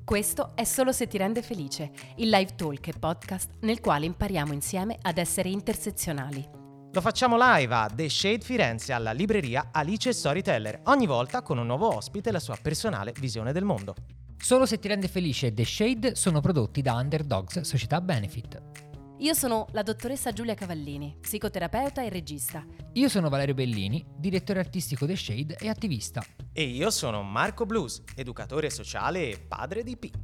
Questo è Solo se ti rende felice, il live talk e podcast nel quale impariamo insieme ad essere intersezionali. Lo facciamo live a The Shade Firenze alla libreria Alice Storyteller, ogni volta con un nuovo ospite e la sua personale visione del mondo. Solo se ti rende felice The Shade sono prodotti da Underdogs Società Benefit. Io sono la dottoressa Giulia Cavallini, psicoterapeuta e regista. Io sono Valerio Bellini, direttore artistico The Shade e attivista. E io sono Marco Blues, educatore sociale e padre di P.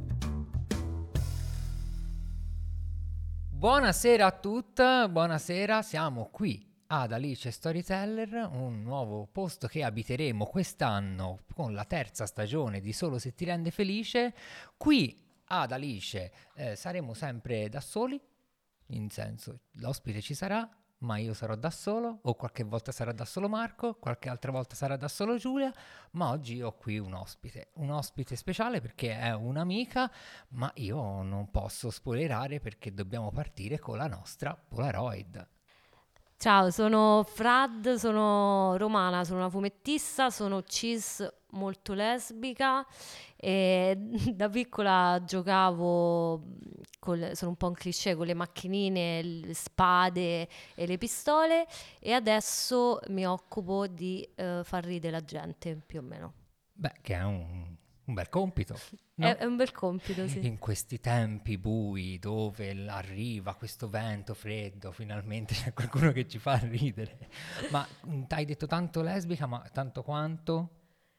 Buonasera a tutti, buonasera, siamo qui ad Alice Storyteller, un nuovo posto che abiteremo quest'anno con la terza stagione di Solo se ti rende felice. Qui ad Alice saremo sempre da soli, in senso l'ospite ci sarà, ma io sarò da solo, o qualche volta sarà da solo Marco, qualche altra volta sarà da solo Giulia, ma oggi ho qui un ospite speciale perché è un'amica, ma io non posso spoilerare perché dobbiamo partire con la nostra Polaroid. Ciao, sono Frad, sono romana, sono una fumettista, sono cis molto lesbica e da piccola giocavo, sono un po' un cliché, con le macchinine, le spade e le pistole e adesso mi occupo di far ridere la gente, più o meno. Beh, che è un bel compito, no? È un bel compito, sì. In questi tempi bui dove arriva questo vento freddo, finalmente c'è qualcuno che ci fa ridere. Ma hai detto tanto lesbica, ma tanto quanto?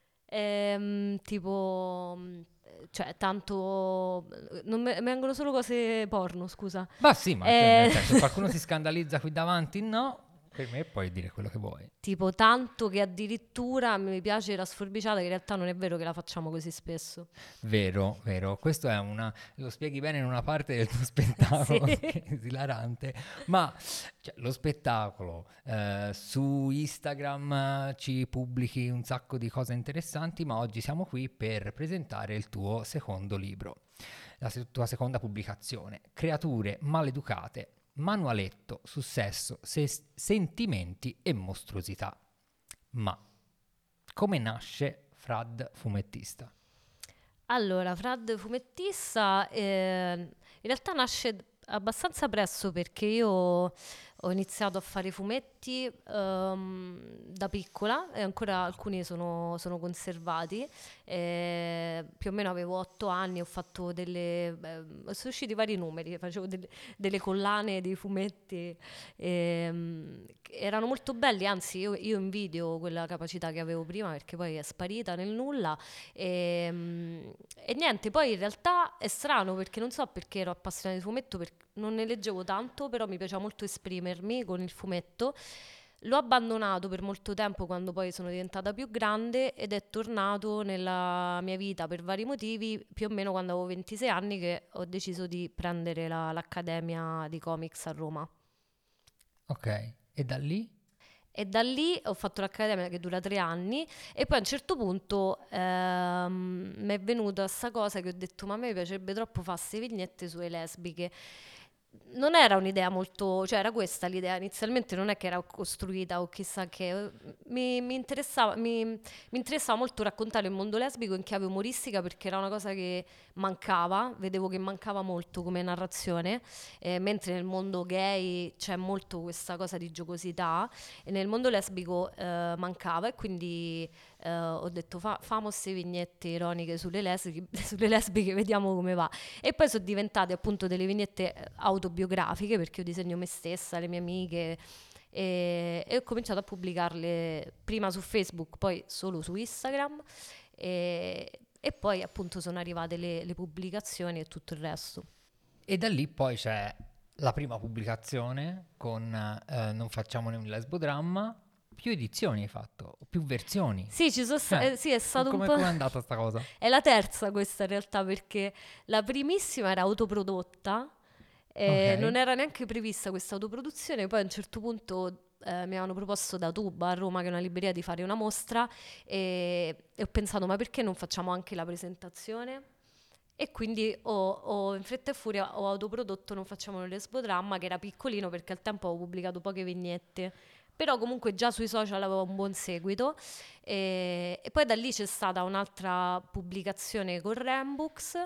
Tipo, cioè, tanto. Non mi vengono solo cose porno, scusa. Ma sì, ma nel senso, qualcuno si scandalizza qui davanti, no? Per me puoi dire quello che vuoi. Tipo tanto che addirittura mi piace la sforbiciata, che in realtà non è vero che la facciamo così spesso. Vero, vero. Questo è lo spieghi bene in una parte del tuo spettacolo, Sì. che è esilarante. Ma lo spettacolo, su Instagram ci pubblichi un sacco di cose interessanti, ma oggi siamo qui per presentare il tuo secondo libro, la tua seconda pubblicazione, Creature maleducate. Manualetto su sesso, sentimenti e mostruosità. Ma come nasce Frad fumettista? Allora, Frad fumettista in realtà nasce abbastanza presto perché io ho iniziato a fare fumetti da piccola e ancora alcuni sono conservati. Più o meno avevo 8 anni, ho fatto sono usciti vari numeri, facevo delle collane di fumetti, erano molto belli, anzi io invidio quella capacità che avevo prima perché poi è sparita nel nulla. E niente, poi in realtà è strano perché non so perché ero appassionata di fumetto, non ne leggevo tanto, però mi piaceva molto esprimermi con il fumetto. L'ho abbandonato per molto tempo quando poi sono diventata più grande ed è tornato nella mia vita per vari motivi, più o meno quando avevo 26 anni che ho deciso di prendere l'Accademia di Comics a Roma. Ok, e da lì? E da lì ho fatto l'accademia che dura 3 anni e poi a un certo punto mi è venuta questa cosa che ho detto ma a me piacerebbe troppo fare queste vignette sulle lesbiche. Non era un'idea molto, cioè era questa l'idea inizialmente, non è che era costruita o chissà che, mi interessava molto raccontare il mondo lesbico in chiave umoristica perché era una cosa che mancava, vedevo che mancava molto come narrazione, mentre nel mondo gay c'è molto questa cosa di giocosità e nel mondo lesbico mancava e quindi ho detto famo queste vignette ironiche sulle lesbiche, vediamo come va. E poi sono diventate appunto delle vignette autobiografiche perché io disegno me stessa, le mie amiche e ho cominciato a pubblicarle prima su Facebook, poi solo su Instagram e poi appunto sono arrivate le pubblicazioni e tutto il resto. E da lì poi c'è la prima pubblicazione con Non facciamone un lesbodramma. Più edizioni hai fatto, più versioni. Sì, sì, è stato un po'. Come è andata sta cosa? È la terza questa in realtà perché la primissima era autoprodotta, Ok. non era neanche prevista questa autoproduzione, poi a un certo punto mi avevano proposto da Tuba a Roma, che è una libreria, di fare una mostra e ho pensato ma perché non facciamo anche la presentazione? E quindi in fretta e furia ho autoprodotto Non facciamo un lesbodramma, che era piccolino perché al tempo avevo pubblicato poche vignette però comunque già sui social aveva un buon seguito e poi da lì c'è stata un'altra pubblicazione con Rambooks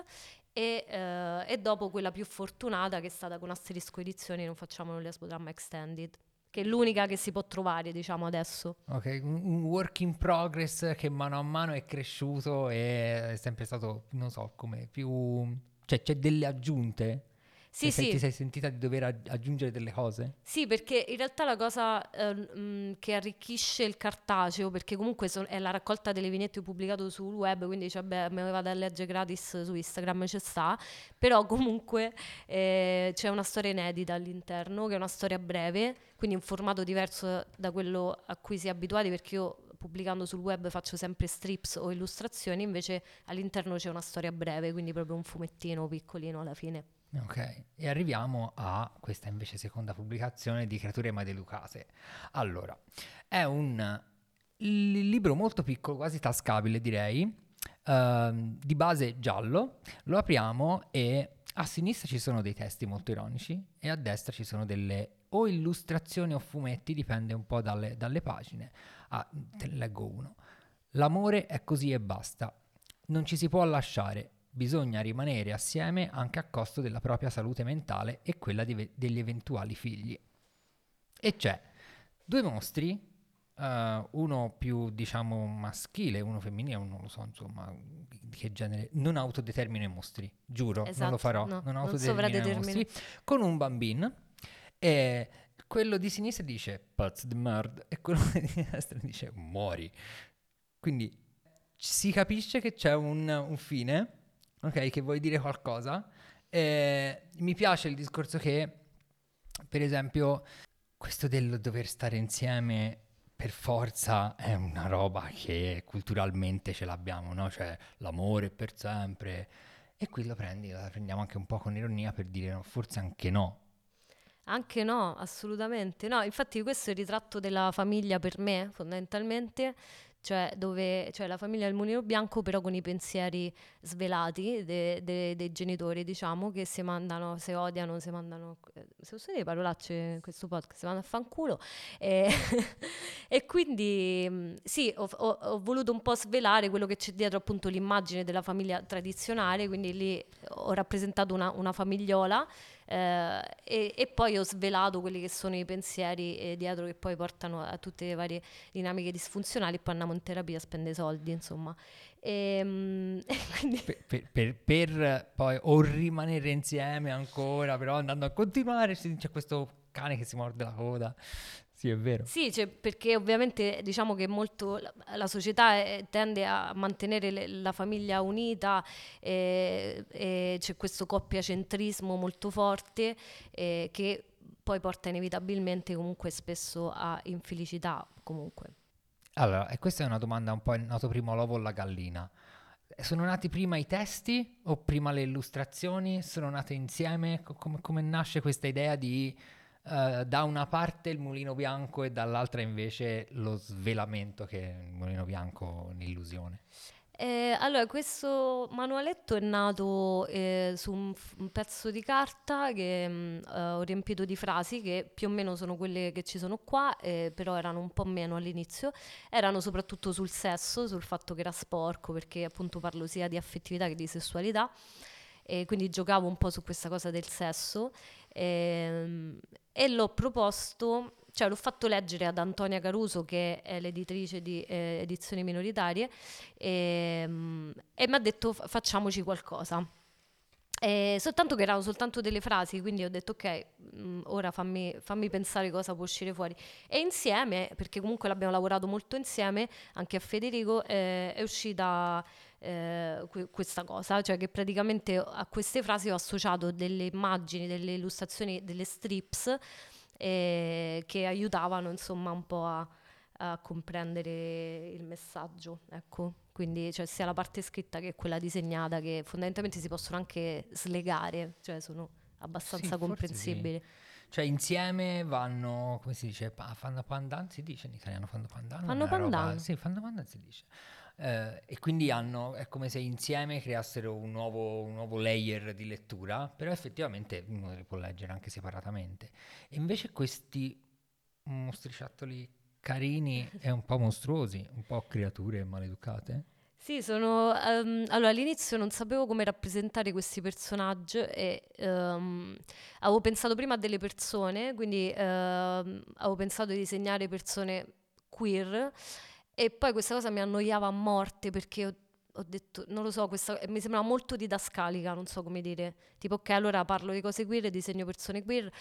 e dopo quella più fortunata che è stata con Asterisco Edizioni Non facciamo un lesbodramma extended, che è l'unica che si può trovare, diciamo, adesso. Ok, un work in progress che mano a mano è cresciuto e è sempre stato, non so, come più... Cioè c'è delle aggiunte? Sì, Ti sì. sei sentita di dover aggiungere delle cose? Sì, perché in realtà la cosa che arricchisce il cartaceo, perché comunque è la raccolta delle vignette pubblicate sul web, quindi cioè, beh, me le vado a leggere gratis su Instagram, c'è sta, però comunque c'è una storia inedita all'interno, che è una storia breve, quindi un formato diverso da quello a cui si è abituati, perché io pubblicando sul web faccio sempre strips o illustrazioni, invece all'interno c'è una storia breve, quindi proprio un fumettino piccolino alla fine. Ok, e arriviamo a questa invece seconda pubblicazione di Creature Maleducate. Allora, è un libro molto piccolo, quasi tascabile direi, di base giallo. Lo apriamo e a sinistra ci sono dei testi molto ironici e a destra ci sono delle o illustrazioni o fumetti, dipende un po' dalle pagine. Te ne leggo uno. L'amore è così e basta. Non ci si può lasciare. Bisogna rimanere assieme anche a costo della propria salute mentale e quella degli eventuali figli. E c'è due mostri, uno più diciamo maschile, uno femminile, non lo so insomma di che genere, non autodetermino i mostri, giuro, Esatto, non lo farò, no, non non autodetermino i mostri, con un bambino e quello di sinistra dice pazzo di merda e quello di destra dice muori. Quindi si capisce che c'è un fine. Ok, che vuoi dire qualcosa? Mi piace il discorso che, per esempio, questo del dover stare insieme per forza è una roba che culturalmente ce l'abbiamo, no? Cioè l'amore per sempre. E qui la prendiamo anche un po' con ironia per dire no, forse anche no. Anche no, assolutamente no. Infatti questo è il ritratto della famiglia per me, fondamentalmente, cioè cioè la famiglia del Mulino Bianco, però con i pensieri svelati dei genitori, diciamo, che si mandano, se odiano, si mandano, se posso dire parolacce in questo podcast, si mandano a fanculo. E, e quindi sì, ho voluto un po' svelare quello che c'è dietro appunto l'immagine della famiglia tradizionale, quindi lì ho rappresentato una famigliola. E poi ho svelato quelli che sono i pensieri dietro che poi portano a tutte le varie dinamiche disfunzionali e poi andiamo in terapia a spendere soldi, insomma. Quindi... Per poi o rimanere insieme ancora, però andando a continuare, c'è questo cane che si morde la coda. Sì, è vero. Sì, cioè, perché ovviamente diciamo che molto la società tende a mantenere la famiglia unita e c'è questo coppiacentrismo molto forte che poi porta inevitabilmente comunque spesso a infelicità comunque. Allora, e questa è una domanda un po' è nato prima l'uovo o la gallina. Sono nati prima i testi o prima le illustrazioni? Sono nate insieme? Come nasce questa idea di da una parte il Mulino Bianco e dall'altra invece lo svelamento che è il Mulino Bianco un'illusione? Allora, questo manualetto è nato su un pezzo di carta che ho riempito di frasi che più o meno sono quelle che ci sono qua, però erano un po' meno all'inizio. Erano soprattutto sul sesso, sul fatto che era sporco, perché appunto parlo sia di affettività che di sessualità. E quindi giocavo un po' su questa cosa del sesso e l'ho proposto, cioè l'ho fatto leggere ad Antonia Caruso, che è l'editrice di Edizioni Minoritarie, e mi ha detto facciamoci qualcosa. Soltanto che erano soltanto delle frasi, quindi ho detto ok, ora fammi pensare cosa può uscire fuori. E insieme, perché comunque l'abbiamo lavorato molto insieme, anche a Federico, è uscita questa cosa, cioè che praticamente a queste frasi ho associato delle immagini, delle illustrazioni, delle strips che aiutavano insomma un po' a comprendere il messaggio, ecco. Quindi cioè, sia la parte scritta che quella disegnata, che fondamentalmente si possono anche slegare, cioè sono abbastanza comprensibili. Sì. Cioè insieme vanno, come si dice, fanno pandan, si dice in italiano fanno pandan? Fanno pandan. Sì, fanno pandan si dice. E quindi è come se insieme creassero un nuovo layer di lettura, però effettivamente uno li può leggere anche separatamente. E invece questi mostriciattoli carini e un po' mostruosi, un po' creature maleducate. Sì, allora all'inizio non sapevo come rappresentare questi personaggi e avevo pensato prima a delle persone, quindi avevo pensato di disegnare persone queer e poi questa cosa mi annoiava a morte perché ho detto, non lo so, mi sembrava molto didascalica, non so come dire, tipo ok, allora parlo di cose queer, disegno persone queer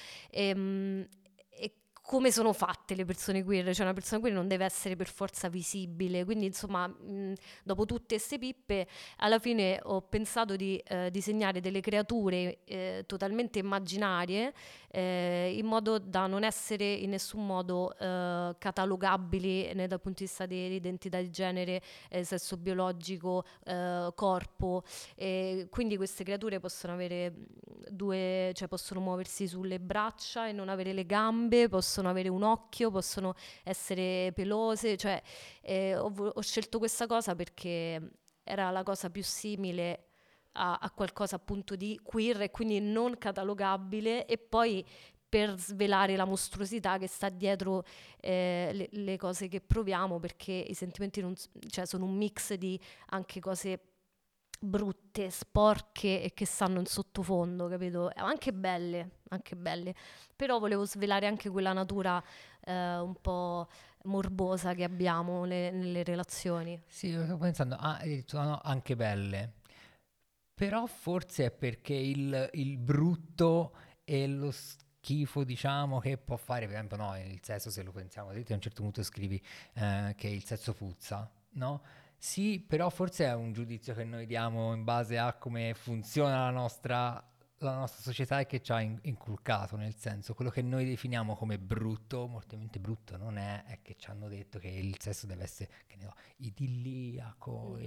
e come sono fatte le persone queer, cioè una persona queer non deve essere per forza visibile, quindi insomma dopo tutte queste pippe alla fine ho pensato di disegnare delle creature totalmente immaginarie in modo da non essere in nessun modo catalogabili né dal punto di vista dell'identità di genere, sesso biologico, corpo, quindi queste creature possono avere cioè possono muoversi sulle braccia e non avere le gambe, possono avere un occhio, possono essere pelose, cioè ho scelto questa cosa perché era la cosa più simile a qualcosa appunto di queer e quindi non catalogabile e poi per svelare la mostruosità che sta dietro le cose che proviamo perché i sentimenti cioè sono un mix di anche cose brutte, sporche e che stanno in sottofondo, capito? Anche belle, però volevo svelare anche quella natura un po' morbosa che abbiamo nelle relazioni. Sì, io stavo pensando, hai detto no, anche belle, però forse è perché il brutto e lo schifo, diciamo, che può fare, per esempio, no, il sesso, se lo pensiamo, te a un certo punto scrivi che il sesso puzza, no? Sì, però forse è un giudizio che noi diamo in base a come funziona la nostra società e che ci ha inculcato, nel senso, quello che noi definiamo come brutto, moltamente brutto non è che ci hanno detto che il sesso deve essere, che ne so, idilliaco,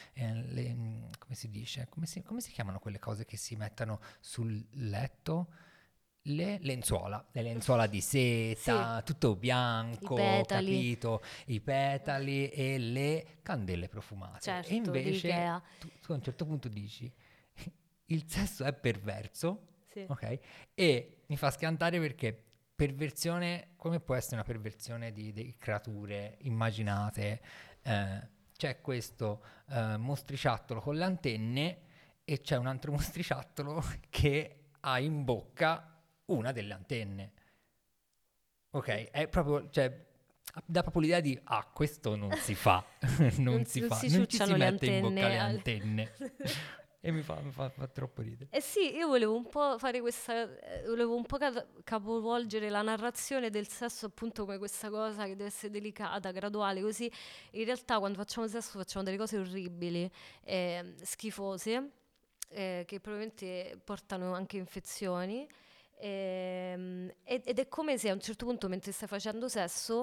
come si dice, come si chiamano quelle cose che si mettono sul letto? Le lenzuola di seta, tutto bianco, I petali. capito? I petali e le candele profumate. Certo, e invece dell'Ikea. tu a un certo punto dici, il sesso è perverso, Sì. ok? E mi fa schiantare perché perversione, come può essere una perversione di creature immaginate? C'è questo mostriciattolo con le antenne e c'è un altro mostriciattolo che ha in bocca una delle antenne. Ok, è proprio, cioè, dà proprio l'idea di, questo non si fa, non si fa, non ci si ciucciano le mette in bocca le antenne. antenne. E mi fa troppo ridere. Eh sì, io volevo un po' fare volevo un po' capovolgere la narrazione del sesso appunto come questa cosa che deve essere delicata, graduale, così in realtà quando facciamo sesso facciamo delle cose orribili, schifose, che probabilmente portano anche infezioni. Ed è come se a un certo punto mentre stai facendo sesso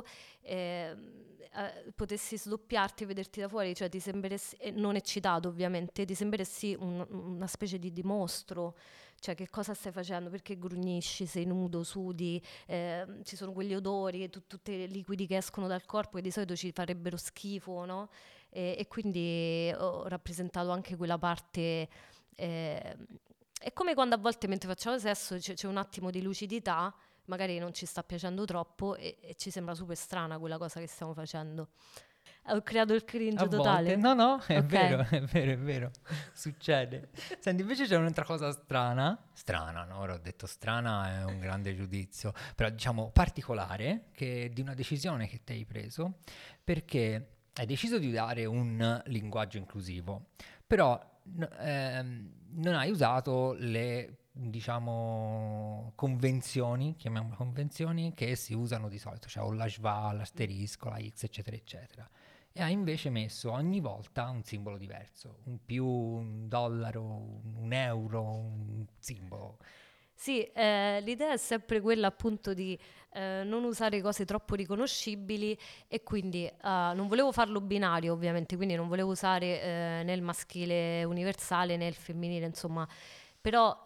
potessi sdoppiarti e vederti da fuori, cioè ti sembreresti, non eccitato ovviamente, ti sembreresti una specie di mostro, cioè che cosa stai facendo, perché grugnisci, sei nudo, sudi, ci sono quegli odori, tutti i liquidi che escono dal corpo che di solito ci farebbero schifo, no? E quindi ho rappresentato anche quella parte. È come quando a volte mentre facciamo sesso c'è un attimo di lucidità, magari non ci sta piacendo troppo e ci sembra super strana quella cosa che stiamo facendo. Ho creato il cringe A totale. volte, no, è Ok. vero, succede. Senti, invece c'è un'altra cosa strana, no, ora ho detto strana è un grande giudizio, però diciamo particolare, che di una decisione che te hai preso, perché hai deciso di dare un linguaggio inclusivo, però non hai usato le, diciamo, convenzioni, chiamiamole convenzioni, che si usano di solito, cioè o la schwa, l'asterisco, la x, eccetera, eccetera. E ha invece messo ogni volta un simbolo diverso, un più, un dollaro, un euro, un simbolo. Sì, l'idea è sempre quella appunto di non usare cose troppo riconoscibili e quindi non volevo farlo binario ovviamente, quindi non volevo usare né il maschile universale né il femminile, insomma, però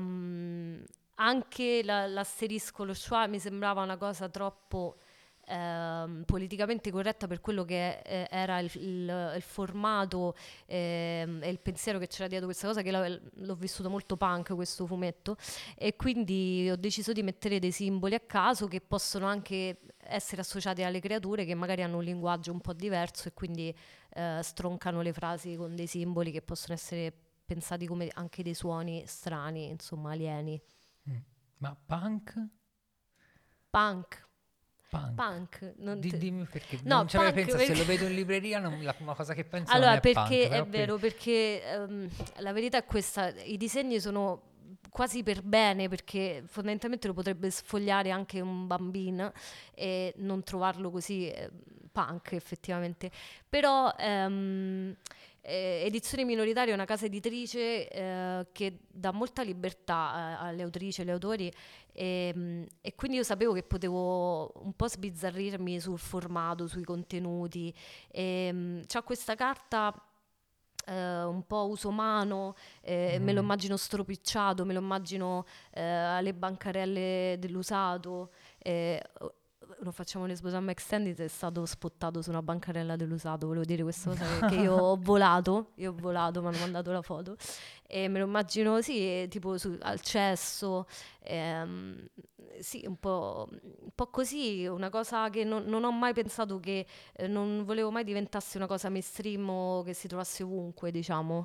anche l'asterisco, lo schwa mi sembrava una cosa troppo politicamente corretta per quello che era il formato e il pensiero che c'era dietro questa cosa, che l'ho vissuto molto punk questo fumetto, e quindi ho deciso di mettere dei simboli a caso che possono anche essere associati alle creature che magari hanno un linguaggio un po' diverso e quindi stroncano le frasi con dei simboli che possono essere pensati come anche dei suoni strani, insomma, alieni. Ma punk? Punk. Punk. Punk. Non te- Dimmi perché. No, Non ci avevo punk pensato, se perché- lo vedo in libreria la prima cosa che penso Allora, non è perché punk. è però vero, perché la verità è questa, i disegni sono quasi per bene, perché fondamentalmente lo potrebbe sfogliare anche un bambino e non trovarlo così punk effettivamente. Però Edizioni Minoritarie è una casa editrice che dà molta libertà alle autrici e agli autori e quindi io sapevo che potevo un po' sbizzarrirmi sul formato, sui contenuti. C'ha questa carta un po' uso mano, me lo immagino stropicciato, me lo immagino alle bancarelle dell'usato. Lo facciamo l'esposizione Extended, è stato spottato su una bancarella dell'usato, volevo dire questa cosa che io ho volato, mi hanno mandato la foto e me lo immagino sì, tipo al cesso, sì, un po' così, una cosa che non ho mai pensato che non volevo mai diventasse una cosa mainstream o che si trovasse ovunque, diciamo.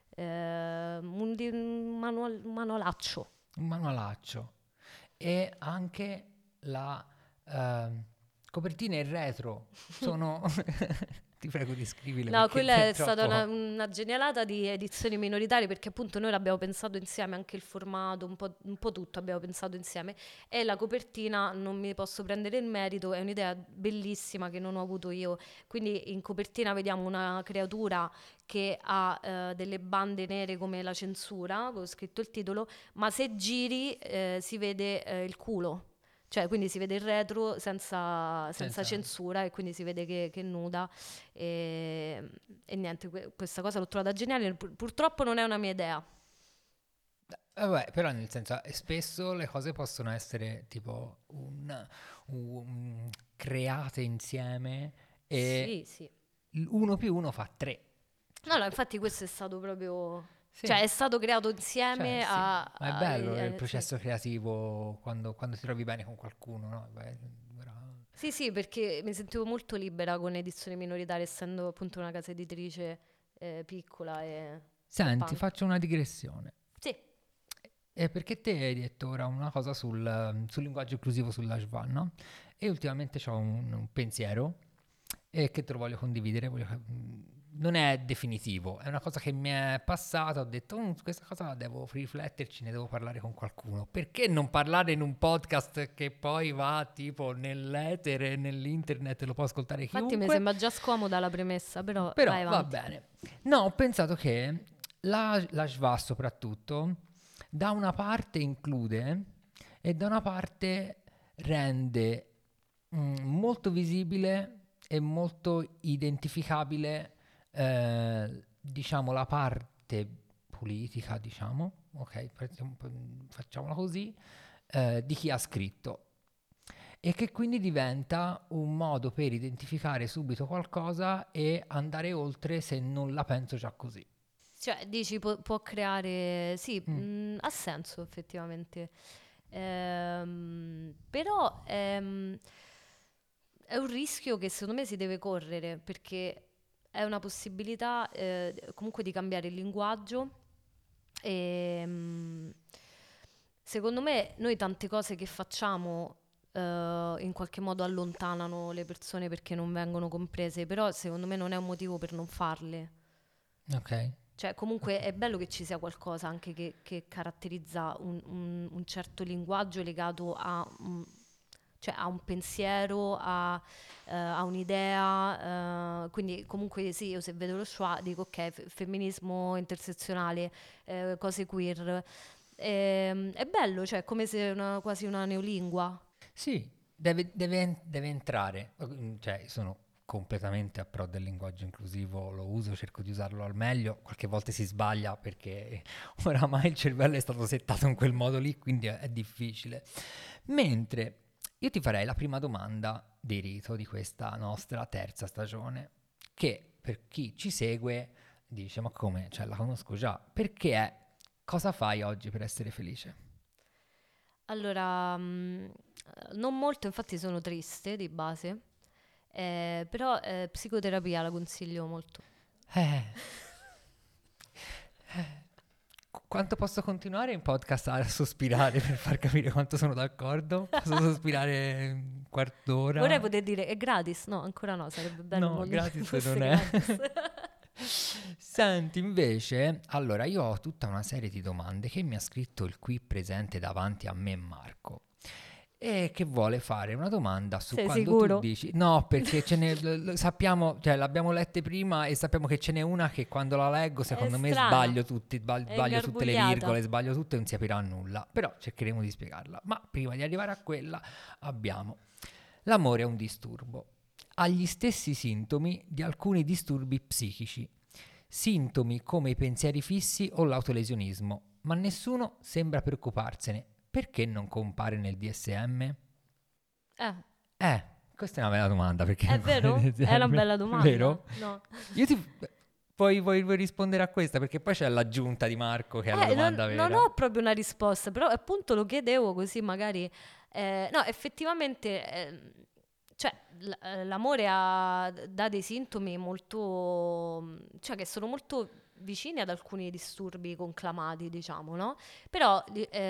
Un manualaccio. Un manualaccio. E anche la copertina in retro sono... Ti prego descrivile No, perché quella è troppo... stata una genialata di Edizioni Minoritarie, perché appunto noi l'abbiamo pensato insieme, anche il formato, un po' tutto abbiamo pensato insieme, e la copertina non mi posso prendere il merito, è un'idea bellissima che non ho avuto io. Quindi in copertina vediamo una creatura che ha delle bande nere come la censura, avevo scritto il titolo, ma se giri si vede il culo. Cioè, quindi si vede il retro senza censura e quindi si vede che è nuda e niente, questa cosa l'ho trovata geniale. Purtroppo non è una mia idea. Vabbè, però nel senso, spesso le cose possono essere tipo create insieme e Sì. uno più uno fa 3. No, infatti questo è stato proprio... Sì. Cioè, è stato creato insieme Cioè, sì, ma è bello il sì. processo creativo quando ti trovi bene con qualcuno, no? Sì, perché mi sentivo molto libera con Edizioni Minoritarie, essendo appunto una casa editrice piccola e Senti, punk. faccio una digressione. Sì. Perché te hai detto ora una cosa sul linguaggio inclusivo sulla Schwan, no? E ultimamente ho un pensiero che te lo voglio condividere. Non è definitivo, è una cosa che mi è passata. Ho detto, questa cosa devo rifletterci, ne devo parlare con qualcuno. Perché non parlare in un podcast che poi va tipo nell'etere, nell'internet, lo può ascoltare chiunque? Infatti mi sembra già scomoda la premessa, però vai va avanti. bene. No, ho pensato che la Schwa soprattutto da una parte include e da una parte rende molto visibile e molto identificabile diciamo la parte politica, diciamo, ok, facciamola così, di chi ha scritto. E che quindi diventa un modo per identificare subito qualcosa e andare oltre se non la penso già così. Cioè, dici, può creare... Sì, ha senso effettivamente. Però è un rischio che secondo me si deve correre, perché è una possibilità comunque di cambiare il linguaggio e secondo me noi tante cose che facciamo in qualche modo allontanano le persone perché non vengono comprese, però secondo me non è un motivo per non farle. Ok. Cioè, comunque è bello che ci sia qualcosa anche che caratterizza un certo linguaggio legato cioè, a un pensiero, a un'idea. Quindi, comunque, sì, io se vedo lo schwa dico ok, femminismo intersezionale, cose queer. È bello, cioè, come se quasi una neolingua. Sì, deve entrare. Cioè, sono completamente a pro del linguaggio inclusivo, lo uso, cerco di usarlo al meglio, qualche volta si sbaglia perché oramai il cervello è stato settato in quel modo lì, quindi è difficile. Mentre io ti farei la prima domanda di rito di questa nostra terza stagione, che per chi ci segue dice, ma come? Cioè, la conosco già. Perché è, cosa fai oggi per essere felice? Allora, non molto, infatti sono triste di base, però psicoterapia la consiglio molto. Eh. Quanto posso continuare in podcast a sospirare per far capire quanto sono d'accordo? Posso sospirare un quarto d'ora? Vorrei poter dire è gratis, no, ancora no, sarebbe bello. No, gratis fosse non è. gratis. Senti, invece, allora io ho tutta una serie di domande che mi ha scritto il qui presente davanti a me Marco e che vuole fare una domanda su Sei quando sicuro? tu dici no, perché ce ne sappiamo, cioè l'abbiamo lette prima e sappiamo che ce n'è una che quando la leggo secondo me strana. sbaglio tutte le ingarbugliata. virgole, sbaglio tutto e non si capirà nulla, però cercheremo di spiegarla. Ma prima di arrivare a quella abbiamo l'amore è un disturbo. Ha gli stessi sintomi di alcuni disturbi psichici, sintomi come i pensieri fissi o l'autolesionismo, ma nessuno sembra preoccuparsene. Perché non compare nel DSM? Questa è una bella domanda. Perché È non compare vero? nel DSM? È una bella domanda. Vero? No. Io ti... Vuoi rispondere a questa? Perché poi c'è l'aggiunta di Marco che è la domanda vera. Non ho proprio una risposta, però appunto lo chiedevo così magari... no, effettivamente... cioè, l'amore dà dei sintomi molto... cioè che sono molto vicini ad alcuni disturbi conclamati, diciamo, no? Però,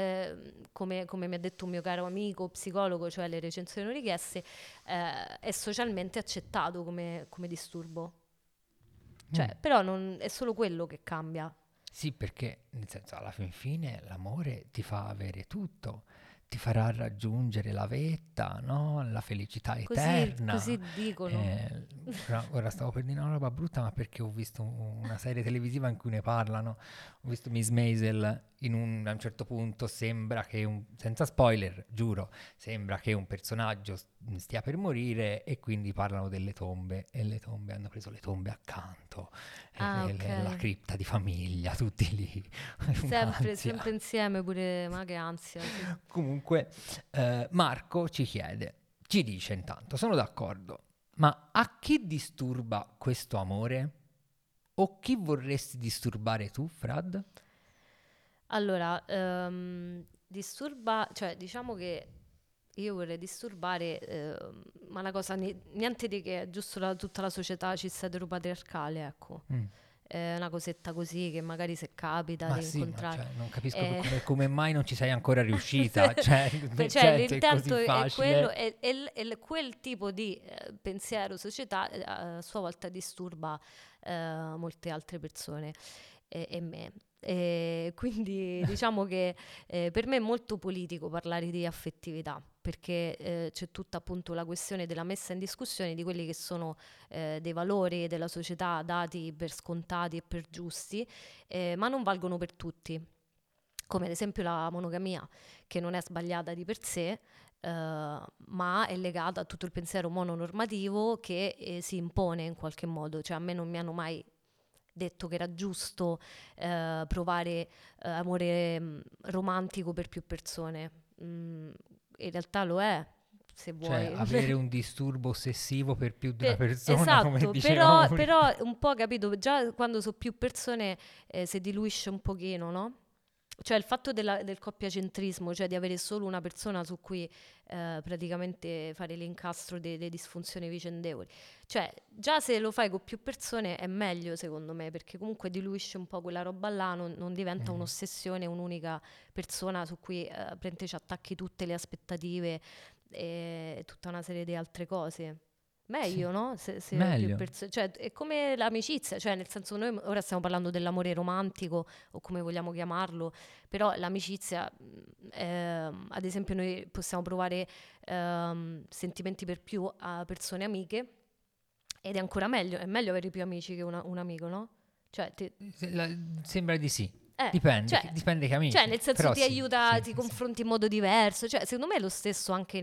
come mi ha detto un mio caro amico psicologo, cioè le recensioni non richieste, è socialmente accettato come disturbo. Cioè, però è solo quello che cambia. Sì, perché nel senso alla fin fine l'amore ti fa avere tutto, ti farà raggiungere la vetta, no? La felicità eterna. Così dicono. Ora stavo per dire una roba brutta, ma perché ho visto una serie televisiva in cui ne parlano. Ho visto Miss Maisel a un certo punto sembra che senza spoiler, giuro, sembra che un personaggio stia per morire e quindi parlano delle tombe e le tombe hanno preso le tombe accanto. Ok. La cripta di famiglia, tutti lì. Sempre insieme pure, ma che ansia. Sì. Comunque, Marco ci dice intanto, sono d'accordo, ma a chi disturba questo amore? O chi vorresti disturbare tu, Frad? Allora, disturba, cioè diciamo che io vorrei disturbare, ma una cosa niente di che, giusto tutta la società cis-eteropatriarcale, ecco. È una cosetta così che magari se capita Ma di sì, incontrare. ma non capisco come mai non ci sei ancora riuscita. Cioè, Cioè, è l'intento così è facile. quello, quel tipo di pensiero, società, a sua volta disturba molte altre persone e me. E quindi diciamo che per me è molto politico parlare di affettività, perché c'è tutta appunto la questione della messa in discussione di quelli che sono dei valori della società dati per scontati e per giusti, ma non valgono per tutti, come ad esempio la monogamia, che non è sbagliata di per sé, ma è legata a tutto il pensiero mononormativo che si impone in qualche modo. Cioè a me non mi hanno mai detto che era giusto provare amore romantico per più persone. In realtà lo è, se vuoi. Cioè, avere un disturbo ossessivo per più di una persona, esatto, come dicevamo prima. però un po', capito, già quando sono più persone si diluisce un pochino, no? Cioè il fatto del coppiacentrismo, cioè di avere solo una persona su cui praticamente fare l'incastro delle disfunzioni vicendevoli. Cioè già se lo fai con più persone è meglio secondo me, perché comunque diluisce un po' quella roba là, non diventa un'ossessione, un'unica persona su cui praticamente ci attacchi tutte le aspettative e tutta una serie di altre cose. Meglio, Sì, no? Se meglio. cioè, è come l'amicizia, cioè nel senso noi ora stiamo parlando dell'amore romantico o come vogliamo chiamarlo, però l'amicizia, ad esempio noi possiamo provare sentimenti per più a persone amiche ed è ancora meglio, è meglio avere più amici che un amico, no? Cioè, Sembra di sì. Dipende che amici. cioè, nel senso Però ti sì, aiuta, sì, ti sì. confronti in modo diverso, cioè secondo me è lo stesso anche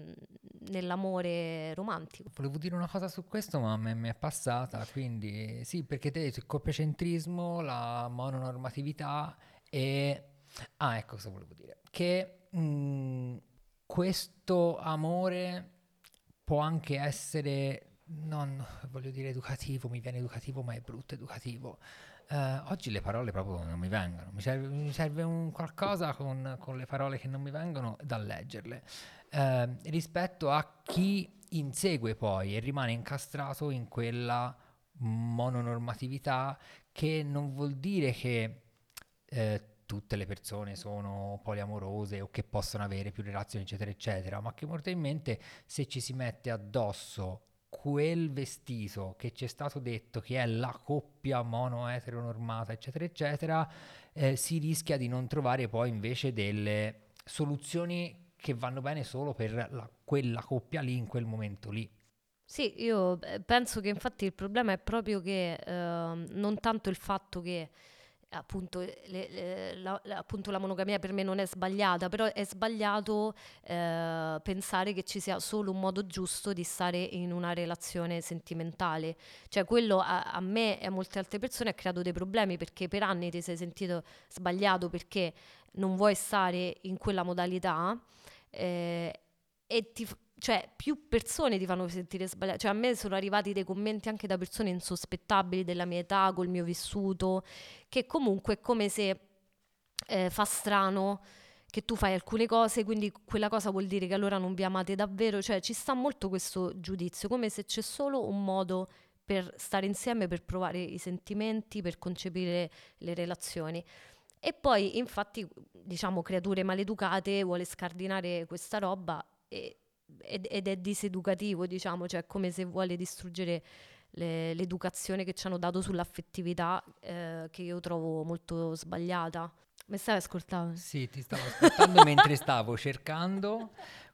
nell'amore romantico. Volevo dire una cosa su questo, ma mi è passata, quindi sì, perché te hai detto il coppiacentrismo, la mononormatività e... Ah, ecco cosa volevo dire. Che questo amore può anche essere non voglio dire educativo, mi viene educativo, ma è brutto educativo. Oggi le parole proprio non mi vengono, mi serve un qualcosa con le parole che non mi vengono da leggerle. Rispetto a chi insegue poi e rimane incastrato in quella mononormatività, che non vuol dire che tutte le persone sono poliamorose o che possono avere più relazioni, eccetera, eccetera, ma che molto in mente, se ci si mette addosso quel vestito che ci è stato detto che è la coppia mono-eteronormata, eccetera, eccetera, si rischia di non trovare poi invece delle soluzioni che vanno bene solo per quella coppia lì in quel momento lì. Sì, io penso che infatti il problema è proprio che non tanto il fatto che appunto, appunto la monogamia per me non è sbagliata, però è sbagliato pensare che ci sia solo un modo giusto di stare in una relazione sentimentale. Cioè quello a me e a molte altre persone ha creato dei problemi, perché per anni ti sei sentito sbagliato perché non vuoi stare in quella modalità, e cioè più persone ti fanno sentire sbagliato. Cioè a me sono arrivati dei commenti anche da persone insospettabili della mia età, col mio vissuto, che comunque è come se fa strano che tu fai alcune cose, quindi quella cosa vuol dire che allora non vi amate davvero. Cioè ci sta molto questo giudizio, come se c'è solo un modo per stare insieme, per provare i sentimenti, per concepire le relazioni. E poi, infatti, diciamo, creature maleducate vuole scardinare questa roba ed è diseducativo, diciamo, cioè come se vuole distruggere l'educazione che ci hanno dato sull'affettività, che io trovo molto sbagliata. Mi stai ascoltando? Sì, ti stavo ascoltando mentre stavo cercando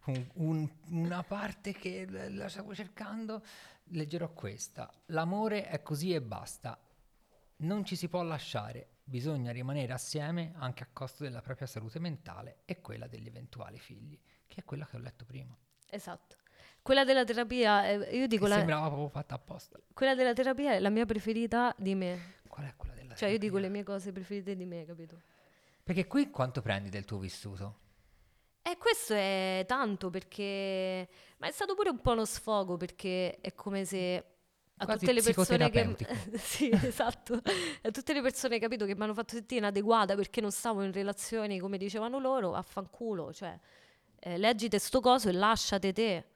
una parte che la stavo cercando. Leggerò questa. L'amore è così e basta. Non ci si può lasciare, bisogna rimanere assieme anche a costo della propria salute mentale e quella degli eventuali figli, che è quella che ho letto prima. Esatto. Quella della terapia, io dico, Che sembrava proprio fatta apposta. quella della terapia è la mia preferita di me. Qual è quella della Cioè io dico terapia? le mie cose preferite di me, capito? Perché qui quanto prendi del tuo vissuto? E questo è tanto perché... Ma è stato pure un po' uno sfogo, perché è come se a Quasi tutte le persone che... psicoterapeutico. Sì, esatto. A tutte le persone, capito, che mi hanno fatto sentire inadeguata perché non stavo in relazioni come dicevano loro, affanculo. Cioè, leggite sto coso e lasciate te.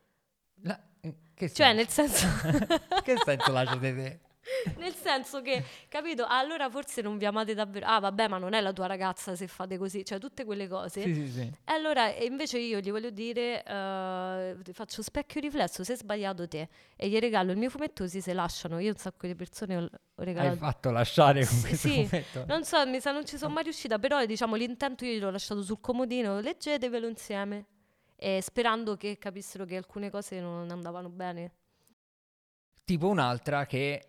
Che Cioè, senso? nel senso... Che senso lasciate te? Nel senso che, capito, allora forse non vi amate davvero. Ah, vabbè, ma non è la tua ragazza se fate così. Cioè, tutte quelle cose. Sì, sì, sì. E allora, e invece io gli voglio dire, faccio specchio riflesso, se hai sbagliato te, e gli regalo il mio fumetto, così se lasciano. Io un sacco di persone ho Hai regalato. fatto lasciare con Sì, questo sì, fumetto? non so, mi sa non ci sono mai riuscita, però diciamo l'intento io gliel'ho lasciato sul comodino, leggetevelo insieme, e sperando che capissero che alcune cose non andavano bene. Tipo un'altra che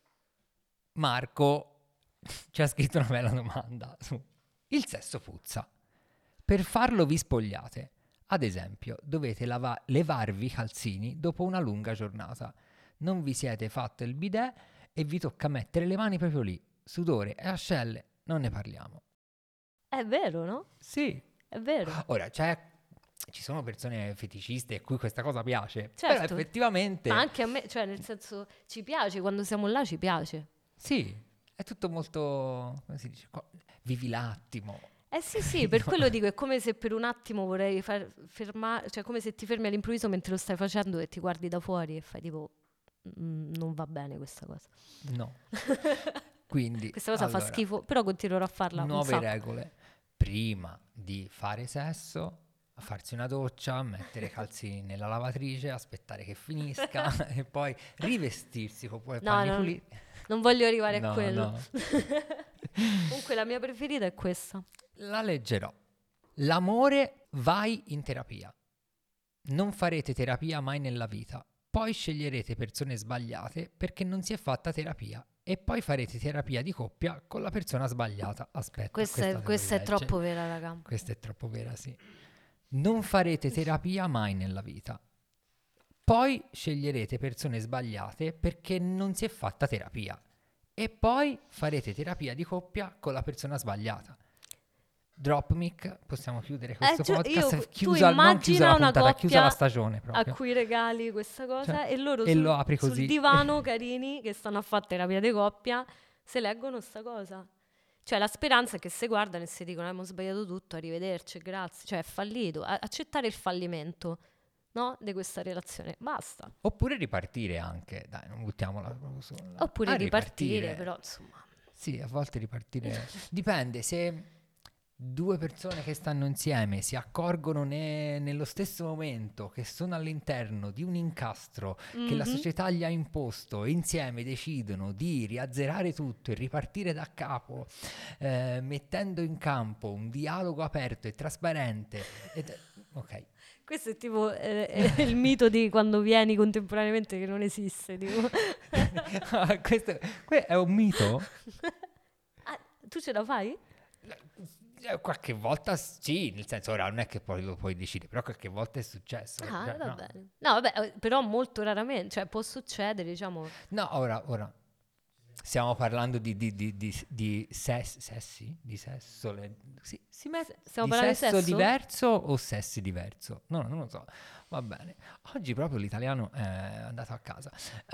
Marco ci ha scritto una bella domanda su il sesso puzza. Per farlo vi spogliate. Ad esempio, dovete levarvi i calzini dopo una lunga giornata. Non vi siete fatto il bidet e vi tocca mettere le mani proprio lì. Sudore e ascelle, non ne parliamo. È vero, no? Sì. È vero. Ora, ci sono persone feticiste a cui questa cosa piace, però Certo. effettivamente Ma anche a me, cioè nel senso, ci piace, quando siamo là ci piace. sì, è tutto molto, come si dice, vivi l'attimo. Eh sì, sì, per quello dico, è come se per un attimo vorrei fermare, cioè come se ti fermi all'improvviso mentre lo stai facendo e ti guardi da fuori e fai tipo, non va bene questa cosa. No. Quindi, Questa cosa fa allora, schifo, però continuerò a farla un nuove sacco. regole. Prima di fare sesso, a farsi una doccia, mettere i calzini nella lavatrice, aspettare che finisca e poi rivestirsi con poi No, panni no, puliti. non voglio arrivare No, a quello. no. Comunque la mia preferita è questa. La leggerò. L'amore, vai in terapia. Non farete terapia mai nella vita. Poi sceglierete persone sbagliate perché non si è fatta terapia. E poi farete terapia di coppia con la persona sbagliata. Aspetta, Questa devo è rileggere. troppo vera, raga. Questa è troppo vera, sì. Non farete terapia mai nella vita. Poi sceglierete persone sbagliate perché non si è fatta terapia. E poi farete terapia di coppia con la persona sbagliata. drop mic, possiamo chiudere questo tu podcast, immagina non chiusa la una puntata, chiusa la coppia stagione a proprio. cui regali questa cosa Cioè, e loro e lo apri sul così. divano carini che stanno a fare terapia di coppia se leggono sta cosa. Cioè la speranza è che se guardano e si dicono abbiamo sbagliato tutto, arrivederci, grazie, cioè è fallito, accettare il fallimento, no? Di questa relazione, basta. Oppure ripartire anche, dai, non buttiamola proprio sola. Oppure ripartire, però insomma. Sì, a volte ripartire dipende, se due persone che stanno insieme si accorgono nello stesso momento che sono all'interno di un incastro che la società gli ha imposto e insieme decidono di riazzerare tutto e ripartire da capo, mettendo in campo un dialogo aperto e trasparente. Ok. Questo è tipo è il mito di quando vieni contemporaneamente che non esiste. Tipo. Questo è un mito? Ah, tu ce la fai? Qualche volta sì, nel senso ora non è che poi lo puoi decidere, però qualche volta è successo. Ah, cioè, va no. bene. No, vabbè, però molto raramente, cioè può succedere, diciamo. No, ora stiamo parlando di sessi? Di sesso? Stiamo Di parlando di sesso sesso? diverso o sessi diverso? No, non lo so. Va bene. Oggi proprio l'italiano è andato a casa.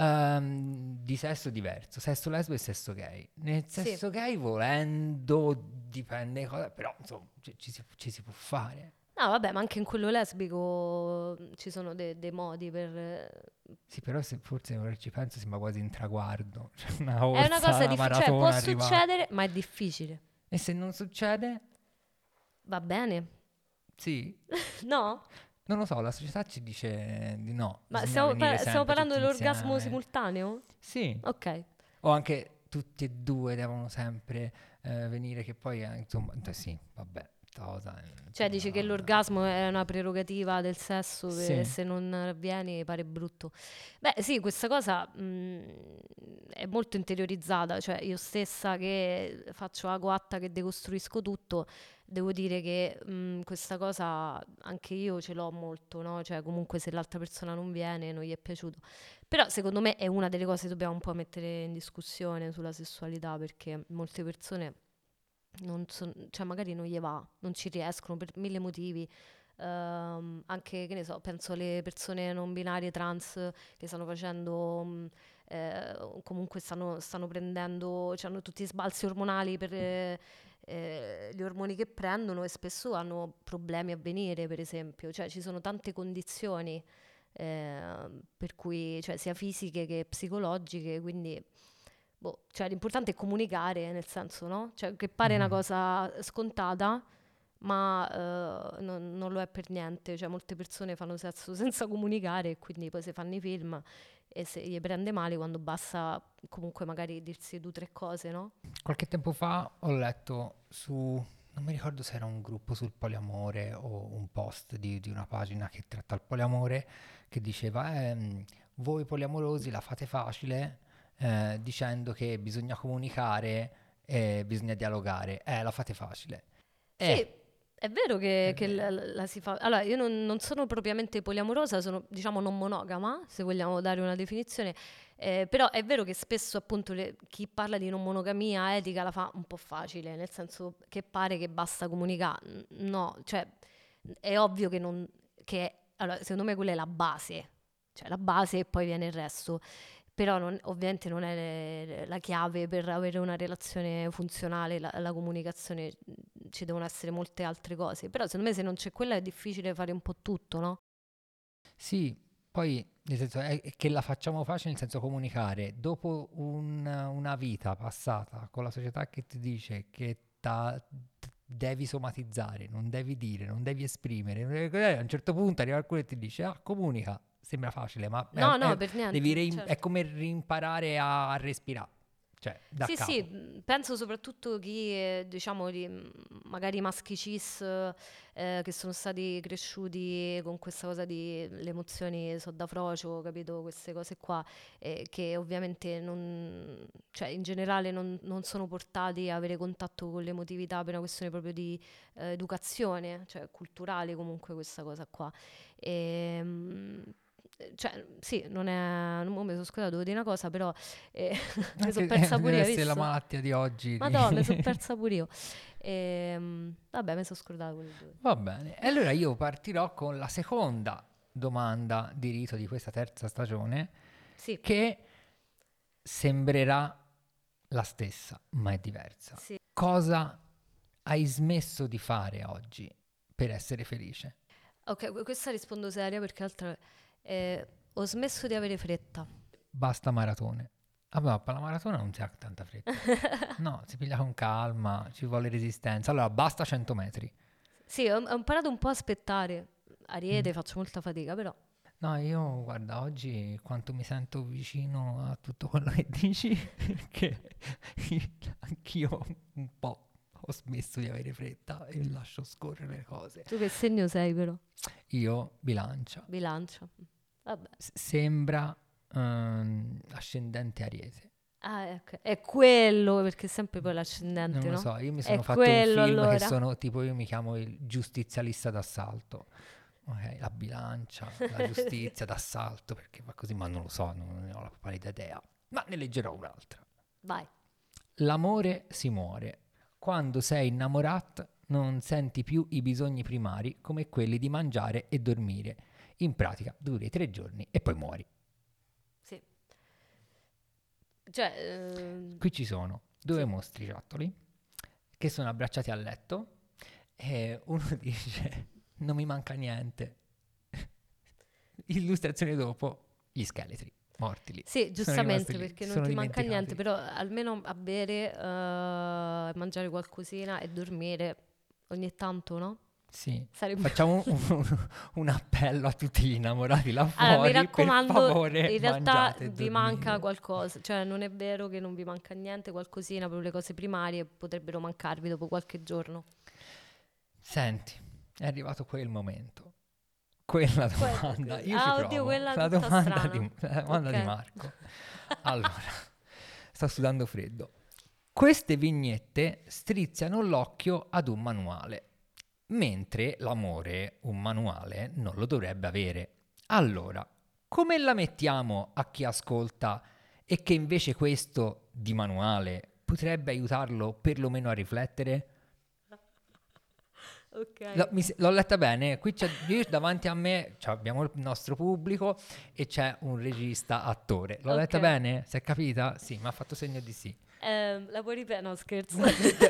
Di sesso diverso, sesso lesbo e sesso gay. Nel sesso gay volendo dipende cosa, però insomma ci si può fare. No, vabbè, ma anche in quello lesbico ci sono dei modi per. Sì, però se forse ora ci penso sembra quasi un traguardo. Cioè una È una corsa, cosa una difficile, cioè può maratona arrivata. succedere, ma è difficile. E se non succede? Va bene? Sì. No? Non lo so, la società ci dice di no. Ma bisogna stiamo, venire stiamo sempre parlando tutti dell'orgasmo insieme. simultaneo? Sì. Ok. O anche tutti e due devono sempre venire, che poi insomma, sì, vabbè, cosa. Cioè dici che l'orgasmo è una prerogativa del sesso Sì. e se non avviene pare brutto. Beh sì, questa cosa è molto interiorizzata, cioè io stessa che faccio la coatta, che decostruisco tutto, devo dire che questa cosa anche io ce l'ho molto, no? Cioè comunque se l'altra persona non viene, non gli è piaciuto. Però secondo me è una delle cose che dobbiamo un po' mettere in discussione sulla sessualità, perché molte persone cioè magari non gli va, non ci riescono per mille motivi. Anche, che ne so, penso alle persone non binarie trans che stanno facendo, comunque stanno prendendo, cioè hanno tutti i sbalzi ormonali per gli ormoni che prendono e spesso hanno problemi a venire, per esempio. Cioè ci sono tante condizioni per cui, cioè, sia fisiche che psicologiche, quindi cioè l'importante è comunicare, nel senso, no? Cioè che pare una cosa scontata, ma non lo è per niente. Cioè molte persone fanno sesso senza comunicare e quindi poi si fanno i film e se gli prende male quando basta comunque magari dirsi 2 o 3 cose, no? Qualche tempo fa ho letto non mi ricordo se era un gruppo sul poliamore o un post di una pagina che tratta il poliamore, che diceva voi poliamorosi la fate facile dicendo che bisogna comunicare e bisogna dialogare, la fate facile. Sì, è vero che la si fa. Allora, io non sono propriamente poliamorosa, sono, diciamo, non monogama, se vogliamo dare una definizione. Però è vero che spesso appunto chi parla di non monogamia etica la fa un po' facile, nel senso che pare che basta comunicare. No, cioè è ovvio allora, secondo me quella è la base, cioè la base e poi viene il resto. Però ovviamente non è la chiave per avere una relazione funzionale, la comunicazione, ci devono essere molte altre cose. Però secondo me se non c'è quella è difficile fare un po' tutto, no? Sì, poi nel senso è che la facciamo facile, nel senso comunicare. Dopo una vita passata con la società che ti dice che devi somatizzare, non devi dire, non devi esprimere, a un certo punto arriva qualcuno e ti dice comunica. Sembra facile, ma No, per niente. Certo. è come rimparare a respirare. Cioè, da Sì, capo. sì, penso soprattutto chi, diciamo, magari maschi cis che sono stati cresciuti con questa cosa di le emozioni so da frocio, capito? Queste cose qua, che ovviamente cioè in generale non sono portati a avere contatto con l'emotività per una questione proprio di educazione, cioè culturale comunque questa cosa qua. cioè, sì, non mi sono scordata, devo dire una cosa, però mi sono Anche- persa pure deve io, essere la visto? malattia di oggi. Madonna, mi sono persa pure io. Vabbè, mi sono scordata quelle due. Va bene. E allora io partirò con la seconda domanda di rito di questa terza stagione, Sì, che sembrerà la stessa, ma è diversa. sì. Cosa hai smesso di fare oggi per essere felice? Ok, questa rispondo seria perché l'altra ho smesso di avere fretta. Basta maratone. Ah, ma per la maratona non si ha tanta fretta. No, si piglia con calma, ci vuole resistenza. Allora, basta 100 metri. Sì, ho imparato un po' a aspettare. A Mm. Riete faccio molta fatica, però. No, io guarda, oggi quanto mi sento vicino a tutto quello che dici, perché anch'io un po' ho smesso di avere fretta e lascio scorrere le cose. Tu che segno sei, però? Io, bilancia. Bilancia. Vabbè. Sembra ascendente Ariete. Ah, ecco. È quello, perché è sempre poi l'ascendente, Non lo no? so, io mi È sono fatto un quello, film allora. che sono tipo, io mi chiamo il giustizialista d'assalto. Ok, la bilancia, la giustizia d'assalto, perché va così, ma non lo so, non ne ho la pallida idea. Ma ne leggerò un'altra. Vai. L'amore si muore. Quando sei innamorato non senti più i bisogni primari come quelli di mangiare e dormire. In pratica duri 3 giorni e poi muori. Sì. Cioè, Qui ci sono 2 sì. mostriciattoli che sono abbracciati al letto e uno dice non mi manca niente. Illustrazione dopo, gli scheletri morti lì. Sì, Sono giustamente, rimasti lì, perché si non sono ti manca dimenticati. niente, però almeno a bere, mangiare qualcosina e dormire ogni tanto, no? Sì, Sarebbe... facciamo un appello a tutti gli innamorati là Allora, mi fuori, per raccomando, favore in realtà mangiate e vi manca dormite. qualcosa, cioè non è vero che non vi manca niente, qualcosina, proprio le cose primarie potrebbero mancarvi dopo qualche giorno. Senti, è arrivato quel momento. Quella domanda, io ci Ah, oddio, provo. quella La tutta domanda strana. la domanda di Ok. Marco. Allora, sto sudando freddo. Queste vignette strizzano l'occhio ad un manuale, mentre l'amore un manuale non lo dovrebbe avere. Allora, come la mettiamo a chi ascolta e che invece questo di manuale potrebbe aiutarlo perlomeno a riflettere? Ok. L'ho letta bene, qui c'è io davanti a me abbiamo il nostro pubblico e c'è un regista attore. L'ho letta Ok. bene? Si è capita? Sì, mi ha fatto segno di sì. La puoi ripetere? No, scherzo.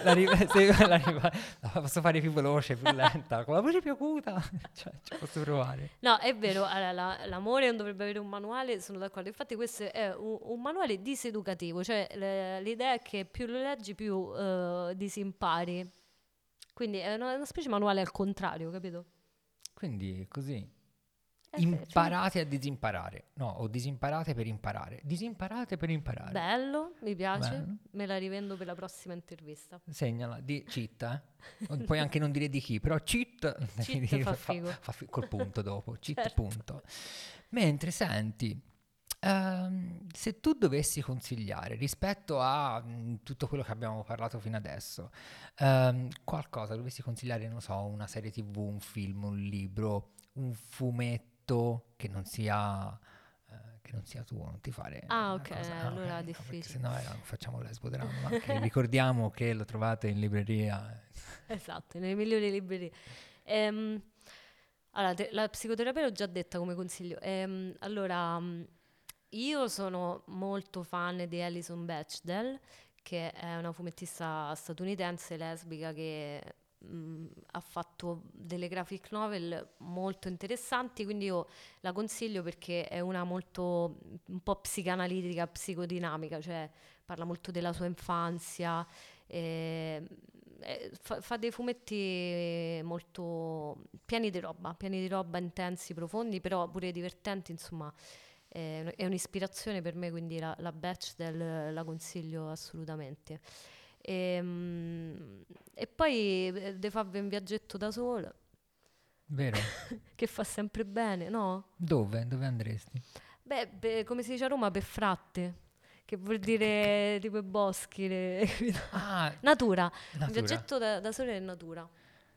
La posso fare più veloce, più lenta, con la voce più acuta. Cioè, ci posso provare. No, è vero, allora, l'amore non dovrebbe avere un manuale, sono d'accordo. Infatti questo è un manuale diseducativo, cioè l'idea è che più lo leggi più disimpari. Quindi è una specie di manuale al contrario, capito? Quindi così. Sì, Imparate a disimparare. No, o disimparate per imparare. Disimparate per imparare. bello, mi piace, Bello. me la rivendo per la prossima intervista. Segnala, di cheat, Puoi anche non dire di chi, però cheat, devi Cheat dire, fa figo. col punto dopo, cheat Certo. punto. Mentre senti, se tu dovessi consigliare rispetto a tutto quello che abbiamo parlato fino adesso, qualcosa dovessi consigliare, non so, una serie TV, un film, un libro, un fumetto che non sia tuo, non ti fare Ah, una ok, cosa. allora Ok, no, perché difficile. sennò facciamo lesbodramma. Che ricordiamo che lo trovate in libreria. Esatto, nelle migliori librerie. Allora, la psicoterapia l'ho già detta come consiglio. Allora, io sono molto fan di Alison Bechdel, che è una fumettista statunitense lesbica che ha fatto delle graphic novel molto interessanti, quindi io la consiglio perché è una molto un po' psicanalitica, psicodinamica, cioè parla molto della sua infanzia, fa dei fumetti molto pieni di roba, intensi, profondi, però pure divertenti, insomma. È un'ispirazione per me, quindi la Bechdel la consiglio assolutamente. E poi De fa un viaggetto da sola, Vero? che fa sempre bene, no? Dove? Dove andresti? Beh, come si dice a Roma, beffratte, che vuol dire tipo i boschi, Ah, natura. Un natura. viaggetto da sole in natura.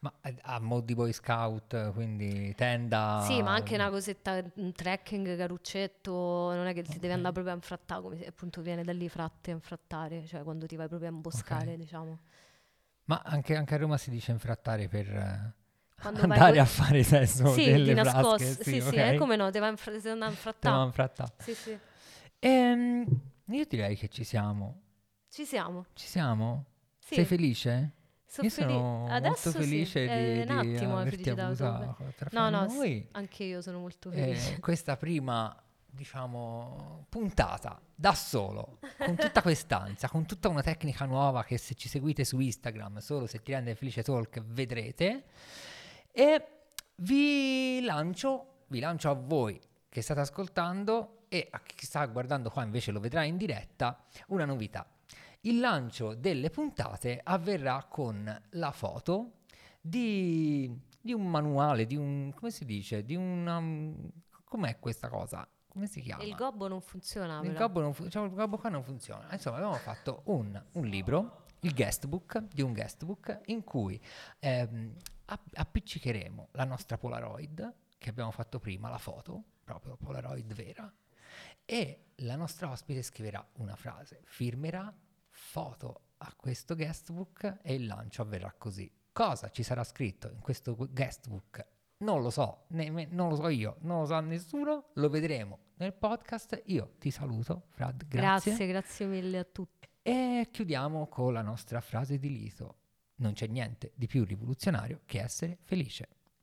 Ma a mo' di Boy Scout, quindi tenda... Sì, ma anche una cosetta, un trekking, caruccetto, non è che ti devi andare proprio a infrattare, come se appunto viene da lì fratte, infrattare, cioè quando ti vai proprio a imboscare, diciamo. Ma anche a Roma si dice infrattare per Quando andare vai a fare sesso sì, delle di frasche. nascosto, sì, sì, ok? come no, ti vai a ti devi andare a Te lo infrattare. infrattare. Sì, sì, Io direi che ci siamo. ci siamo. Ci siamo? Sì. Sei felice? Io sono molto Adesso felice sì, è un di attimo la averti felicità. avuta tra No, no, noi. anche io sono molto felice. Questa prima, diciamo, puntata da solo, con tutta quest'ansia, con tutta una tecnica nuova che se ci seguite su Instagram, solo se ti rende felice talk, vedrete. E vi lancio a voi che state ascoltando e a chi sta guardando qua invece lo vedrà in diretta, una novità. Il lancio delle puntate avverrà con la foto di un manuale, di un, come si dice, di una... com'è questa cosa? Come si chiama? Il gobbo non funziona, Il però. gobbo, il gobbo qua non funziona. Insomma, abbiamo fatto un libro, il guestbook, di un guestbook, in cui appiccicheremo la nostra Polaroid, che abbiamo fatto prima, la foto, proprio Polaroid vera, e la nostra ospite scriverà una frase, firmerà foto a questo guestbook e il lancio avverrà così. Cosa ci sarà scritto in questo guestbook? Non lo so, non lo so io, non lo sa nessuno, lo vedremo nel podcast. Io ti saluto, Frad, grazie. Grazie mille a tutti. E chiudiamo con la nostra frase di Lito. Non c'è niente di più rivoluzionario che essere felice.